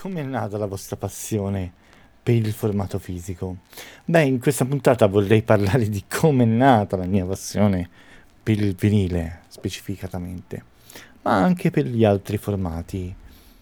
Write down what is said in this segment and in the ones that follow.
Come è nata la vostra passione per il formato fisico? Beh, in questa puntata vorrei parlare di come è nata la mia passione per il vinile, specificatamente, ma anche per gli altri formati.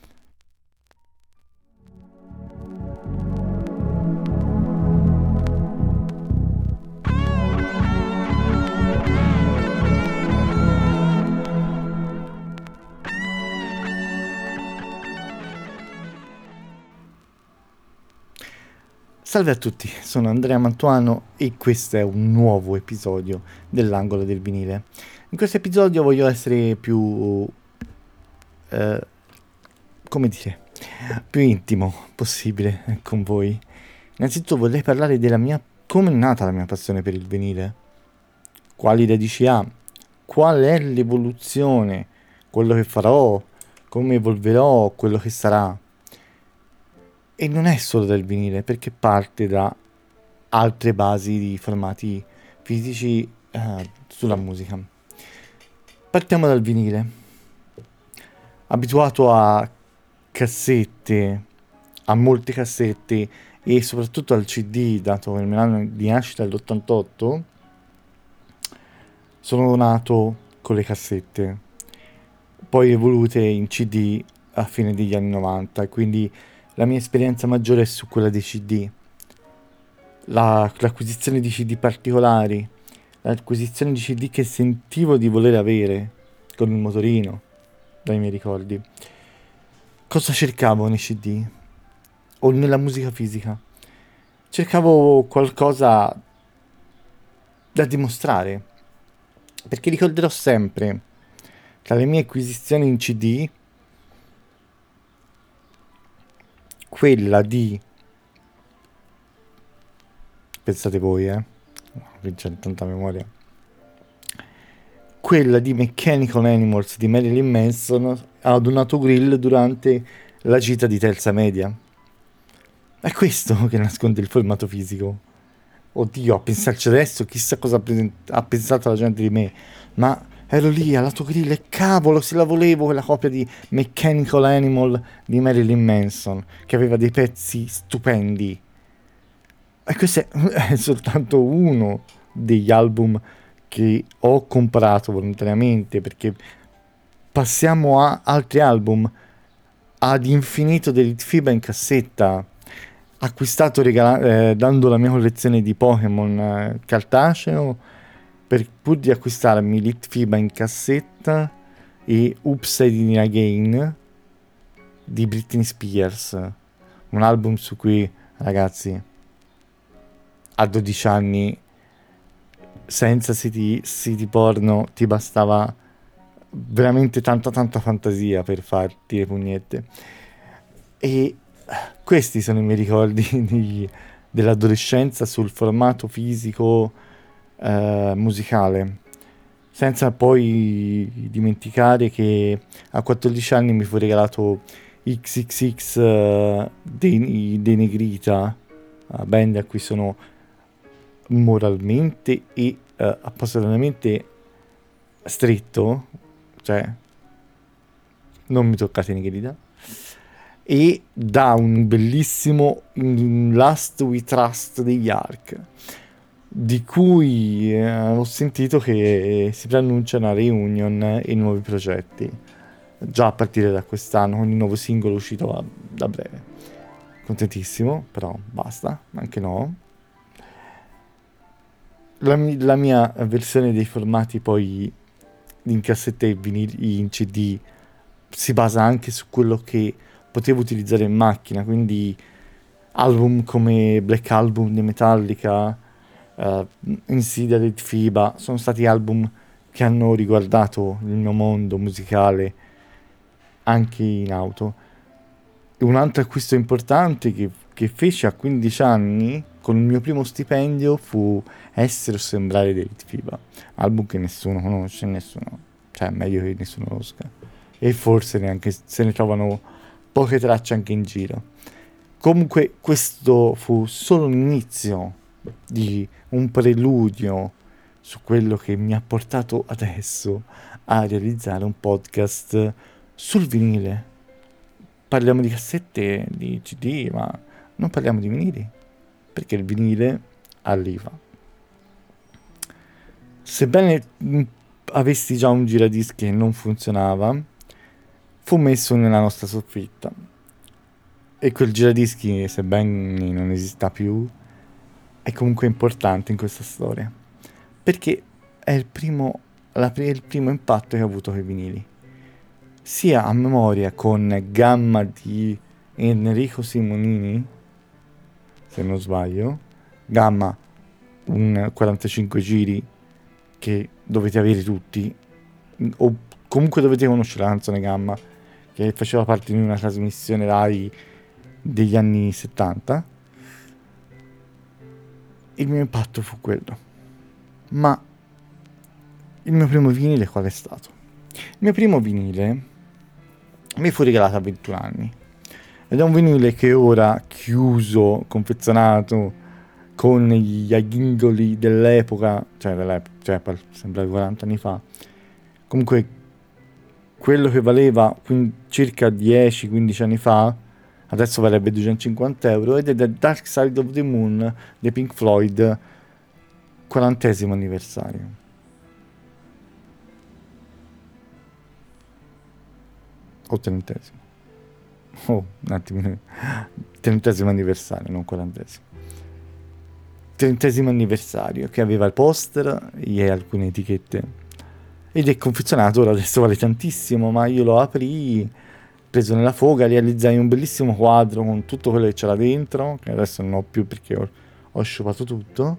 Salve a tutti, sono Andrea Mantuano e questo è un nuovo episodio dell'Angolo del Vinile. In questo episodio voglio essere più, eh, come dire, più intimo possibile con voi. Innanzitutto vorrei parlare come è nata la mia passione per il vinile, quali radici ha, qual è l'evoluzione, quello che farò, come evolverò, quello che sarà. E non è solo del vinile, perché parte da altre basi di formati fisici sulla musica. Partiamo dal vinile. Abituato a cassette, a molte cassette e soprattutto al CD, dato che il mio anno di nascita è l'88, sono nato con le cassette, poi evolute in CD a fine degli anni 90, e quindi la mia esperienza maggiore è su quella dei CD. L'acquisizione di CD particolari, l'acquisizione di CD che sentivo di voler avere con il motorino, dai miei ricordi. Cosa cercavo nei CD o nella musica fisica? Cercavo qualcosa da dimostrare, perché ricorderò sempre tra le mie acquisizioni in CD quella di, pensate voi, non c'è tanta memoria, quella di Mechanical Animals di Marilyn Manson ad un autogrill durante la gita di terza media. È questo che nasconde il formato fisico. Oddio, a pensarci adesso, chissà cosa ha pensato la gente di me, ma ero lì all'autogrill e cavolo, se la volevo quella copia di Mechanical Animal di Marilyn Manson, che aveva dei pezzi stupendi. E questo è soltanto uno degli album che ho comprato volontariamente, perché passiamo a altri album, ad infinito dell'Itfiba in cassetta, acquistato dando la mia collezione di Pokémon cartaceo, pur di acquistarmi l'Itfiba in cassetta e Upside in Again di Britney Spears, un album su cui, ragazzi, a 12 anni senza siti porno ti bastava veramente tanta fantasia per farti le pugnette. E questi sono i miei ricordi dell'adolescenza sul formato fisico musicale, senza poi dimenticare che a 14 anni mi fu regalato XXX dei Negrita, band a cui sono moralmente e appassionatamente stretto, cioè non mi toccate Negrita, e da un bellissimo In Last We Trust degli Ark, di cui ho sentito che si preannuncia una reunion e nuovi progetti già a partire da quest'anno, con il nuovo singolo uscito da breve. Contentissimo, però basta, anche no. La mia versione dei formati poi in cassetta e in CD si basa anche su quello che potevo utilizzare in macchina, quindi album come Black Album di Metallica, Insidia di Fiba, sono stati album che hanno riguardato il mio mondo musicale anche in auto. E un altro acquisto importante che feci a 15 anni con il mio primo stipendio fu Essere o Sembrare dei Litfiba, album che nessuno conosce, cioè meglio che nessuno conosca, e forse neanche se ne trovano poche tracce anche in giro. Comunque questo fu solo l'inizio di un preludio su quello che mi ha portato adesso a realizzare un podcast sul vinile, parliamo di cassette, di CD, ma non parliamo di vinili, perché il vinile ha l'IVA. Sebbene avessi già un giradischi che non funzionava, fu messo nella nostra soffitta. E quel giradischi, sebbene non esista più, è comunque importante in questa storia. Perché è il primo impatto che ho avuto con i vinili. Sia a memoria con Gamma di Enrico Simonini, se non sbaglio, Gamma, un 45 giri che dovete avere tutti, o comunque dovete conoscere la canzone Gamma, che faceva parte di una trasmissione Rai degli anni 70. Il mio impatto fu quello. Ma il mio primo vinile qual è stato? Il mio primo vinile mi fu regalato a 21 anni. Ed è un vinile che ora, chiuso, confezionato, con gli agghingoli dell'epoca, cioè sembra 40 anni fa, comunque quello che valeva circa 10-15 anni fa, adesso varrebbe 250 euro, ed è The Dark Side of the Moon dei Pink Floyd, 40° anniversario. O 30°. Oh, un attimino. 30° anniversario, non 40°. 30° anniversario, che aveva il poster e alcune etichette. Ed è confezionato, ora adesso vale tantissimo, ma io lo aprì, preso nella foga, realizzai un bellissimo quadro con tutto quello che c'era dentro, che adesso non ho più perché ho sciupato tutto,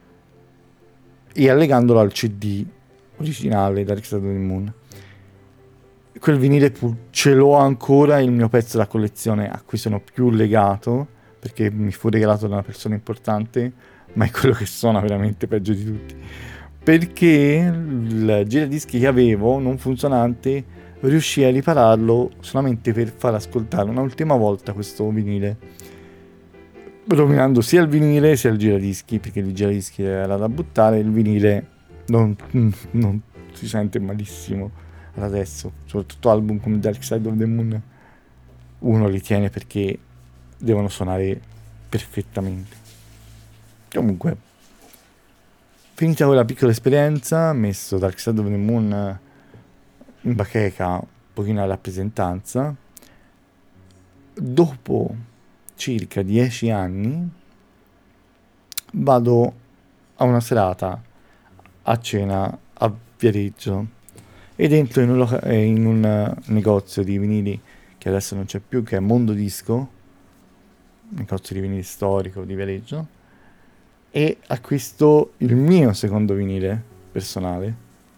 e allegandolo al CD originale Dark Side of the Moon. Quel vinile ce l'ho ancora, il mio pezzo da collezione a cui sono più legato, perché mi fu regalato da una persona importante, ma è quello che suona veramente peggio di tutti. Perché il giradischi che avevo, non funzionante, riuscii a ripararlo solamente per far ascoltare un'ultima volta questo vinile, rovinando sia il vinile sia il giradischi, perché il giradischi era da buttare, il vinile non si sente malissimo adesso, soprattutto album come Dark Side of the Moon uno li tiene perché devono suonare perfettamente. Comunque, finita quella piccola esperienza, messo Dark Side of the Moon in bacheca, un pochino a rappresentanza, dopo circa 10 anni vado a una serata a cena a Viareggio ed entro in un negozio di vinili che adesso non c'è più, che è Mondo Disco, negozio di vinili storico di Viareggio, e acquisto il mio secondo vinile personale,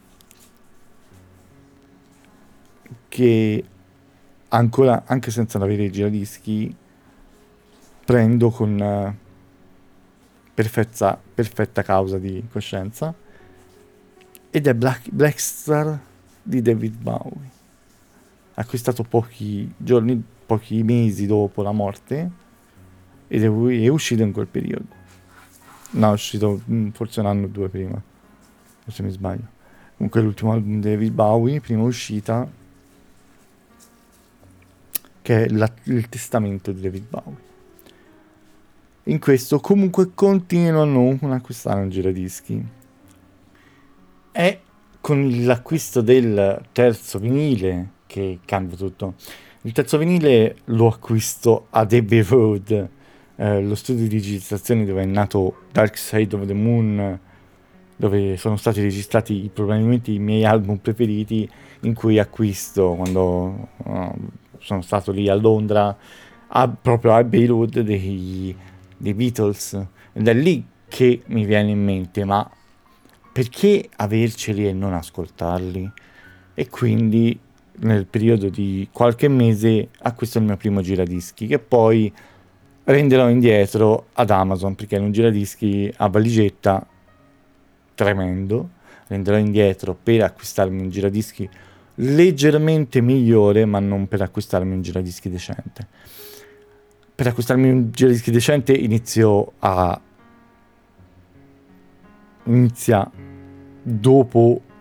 che ancora, anche senza avere i giradischi, prendo con perfetta causa di coscienza, ed è Black Star di David Bowie, acquistato pochi mesi dopo la morte, ed è uscito in quel periodo. No, è uscito forse un anno o due prima, se mi sbaglio. Comunque l'ultimo album di David Bowie, prima uscita, che è il testamento di David Bowie. In questo comunque continuo a non acquistare un giradischi. È con l'acquisto del terzo vinile che cambia tutto. Il terzo vinile lo acquisto ad Abbey Road, lo studio di registrazione dove è nato Dark Side of the Moon, dove sono stati registrati probabilmente i miei album preferiti, in cui acquisto quando sono stato lì a Londra, proprio a Abbey Road dei Beatles, ed è lì che mi viene in mente, ma perché averceli e non ascoltarli? E quindi nel periodo di qualche mese acquisto il mio primo giradischi, che poi renderò indietro ad Amazon, perché è un giradischi a valigetta tremendo. Renderò indietro per acquistarmi un giradischi leggermente migliore, ma non per acquistarmi un giradischi decente. Per acquistarmi un giradischi decente inizia dopo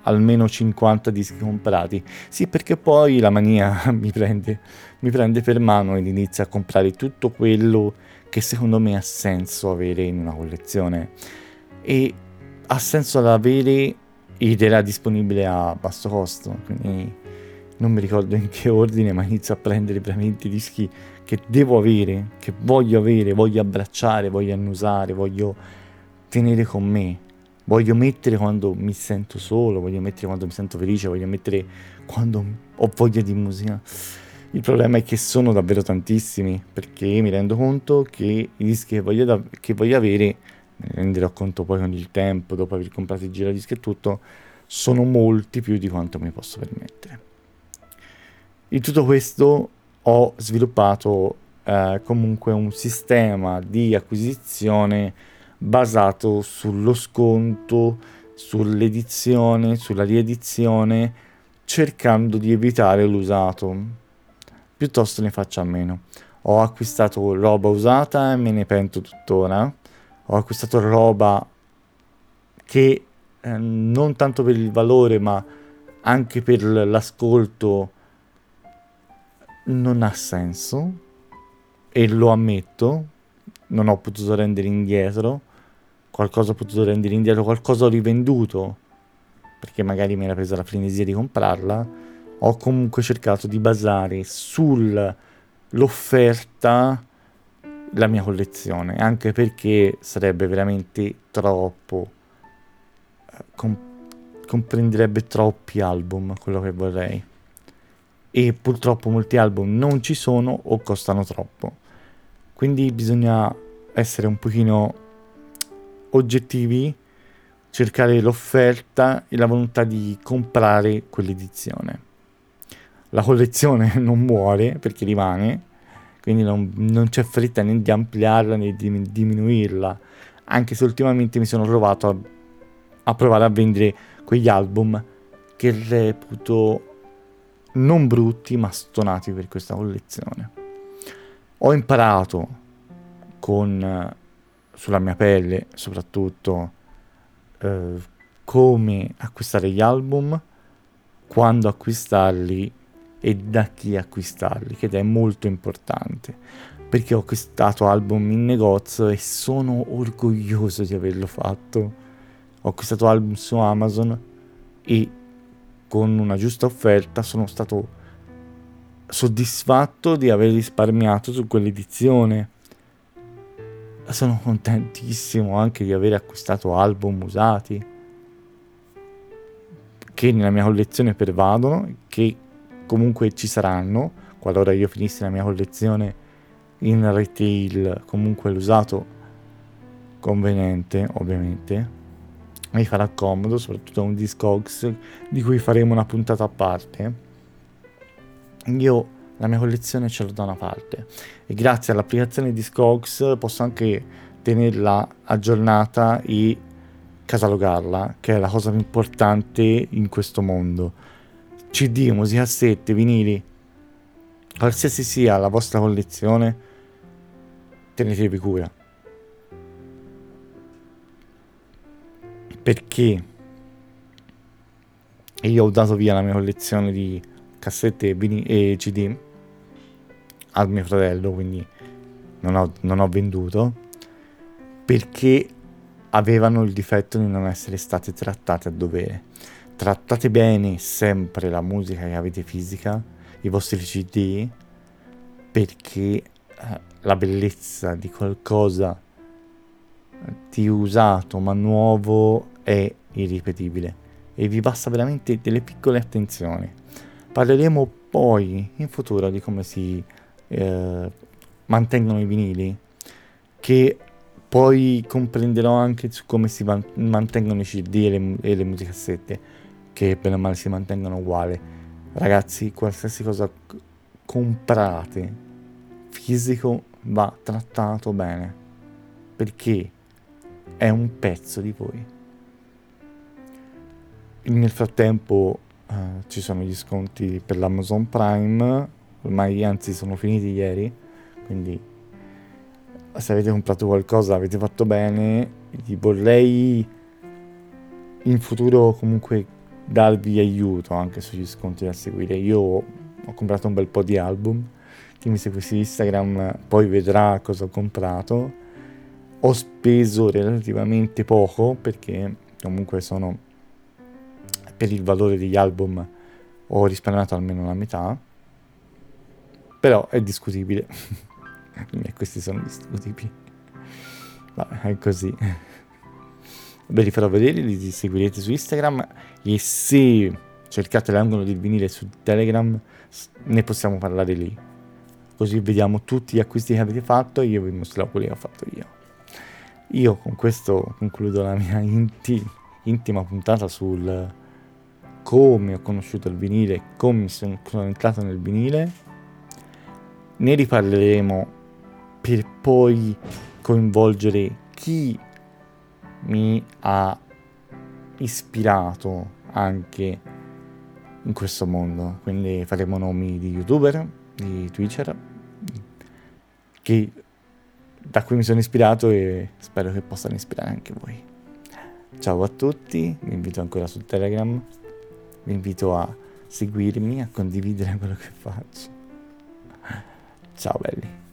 almeno 50 dischi comprati. Sì, perché poi la mania mi prende per mano ed inizia a comprare tutto quello che secondo me ha senso avere in una collezione. E ha senso da avere ed era disponibile a basso costo, quindi non mi ricordo in che ordine, ma inizio a prendere veramente i dischi che devo avere, che voglio avere, voglio abbracciare, voglio annusare, voglio tenere con me. Voglio mettere quando mi sento solo, voglio mettere quando mi sento felice, voglio mettere quando ho voglia di musica. Il problema è che sono davvero tantissimi, perché mi rendo conto che i dischi che voglio avere, me ne renderò conto poi con il tempo, dopo aver comprato il giradischi e tutto, sono molti più di quanto mi posso permettere. In tutto questo ho sviluppato comunque un sistema di acquisizione basato sullo sconto, sull'edizione, sulla riedizione, cercando di evitare l'usato. Piuttosto ne faccio a meno. Ho acquistato roba usata e me ne pento tuttora. Ho acquistato roba che non tanto per il valore, ma anche per l'ascolto non ha senso, e lo ammetto. Non ho potuto rendere indietro, qualcosa ho potuto rendere indietro, qualcosa ho rivenduto perché magari mi era presa la frenesia di comprarla. Ho comunque cercato di basare sull'offerta la mia collezione, anche perché sarebbe veramente troppo, comprenderebbe troppi album quello che vorrei, e purtroppo molti album non ci sono o costano troppo, quindi bisogna essere un pochino oggettivi, cercare l'offerta e la volontà di comprare quell'edizione. La collezione non muore perché rimane, quindi non c'è fretta né di ampliarla né di diminuirla, anche se ultimamente mi sono trovato a provare a vendere quegli album che reputo non brutti ma stonati per questa collezione. Ho imparato sulla mia pelle soprattutto come acquistare gli album, quando acquistarli e da chi acquistarli, che è molto importante, perché ho acquistato album in negozio e sono orgoglioso di averlo fatto. Ho acquistato album su Amazon e con una giusta offerta sono stato soddisfatto di aver risparmiato su quell'edizione. Sono contentissimo anche di aver acquistato album usati che nella mia collezione pervadono, che comunque ci saranno qualora io finissi la mia collezione in retail. Comunque l'usato conveniente, ovviamente, mi farà comodo, soprattutto un Discogs di cui faremo una puntata a parte. Io la mia collezione ce l'ho da una parte e grazie all'applicazione Discogs posso anche tenerla aggiornata e catalogarla, che è la cosa più importante in questo mondo. CD, musicassette, vinili, qualsiasi sia la vostra collezione, tenetevi cura, perché io ho dato via la mia collezione di cassette e CD al mio fratello, quindi non ho venduto, perché avevano il difetto di non essere state trattate a dovere. Trattate bene sempre la musica che avete fisica, i vostri CD, perché la bellezza di qualcosa di usato ma nuovo è irripetibile e vi basta veramente delle piccole attenzioni. Parleremo poi in futuro di come si mantengono i vinili, che poi comprenderò anche su come si mantengono i CD e le musicassette, che bene o male si mantengono uguali. Ragazzi, qualsiasi cosa comprate fisico va trattato bene, perché è un pezzo di voi. Nel frattempo ci sono gli sconti per l'Amazon Prime, ormai anzi sono finiti ieri, quindi se avete comprato qualcosa avete fatto bene. Vi vorrei in futuro comunque darvi aiuto anche sugli sconti da seguire. Io ho comprato un bel po' di album, chi mi segue su Instagram poi vedrà cosa ho comprato. Ho speso relativamente poco perché comunque sono, per il valore degli album ho risparmiato almeno la metà, però è discutibile. E questi sono discutibili. Vabbè, è così. Ve li farò vedere, li seguirete su Instagram e se cercate l'angolo del vinile su Telegram ne possiamo parlare lì. Così vediamo tutti gli acquisti che avete fatto e io vi mostrerò quelli che ho fatto io. Io con questo concludo la mia intima puntata sul come ho conosciuto il vinile, come sono entrato nel vinile. Ne riparleremo per poi coinvolgere chi mi ha ispirato anche in questo mondo. Quindi faremo nomi di youtuber, di twitcher, da cui mi sono ispirato e spero che possano ispirare anche voi. Ciao a tutti, vi invito ancora su Telegram, vi invito a seguirmi, a condividere quello che faccio. Ciao belli.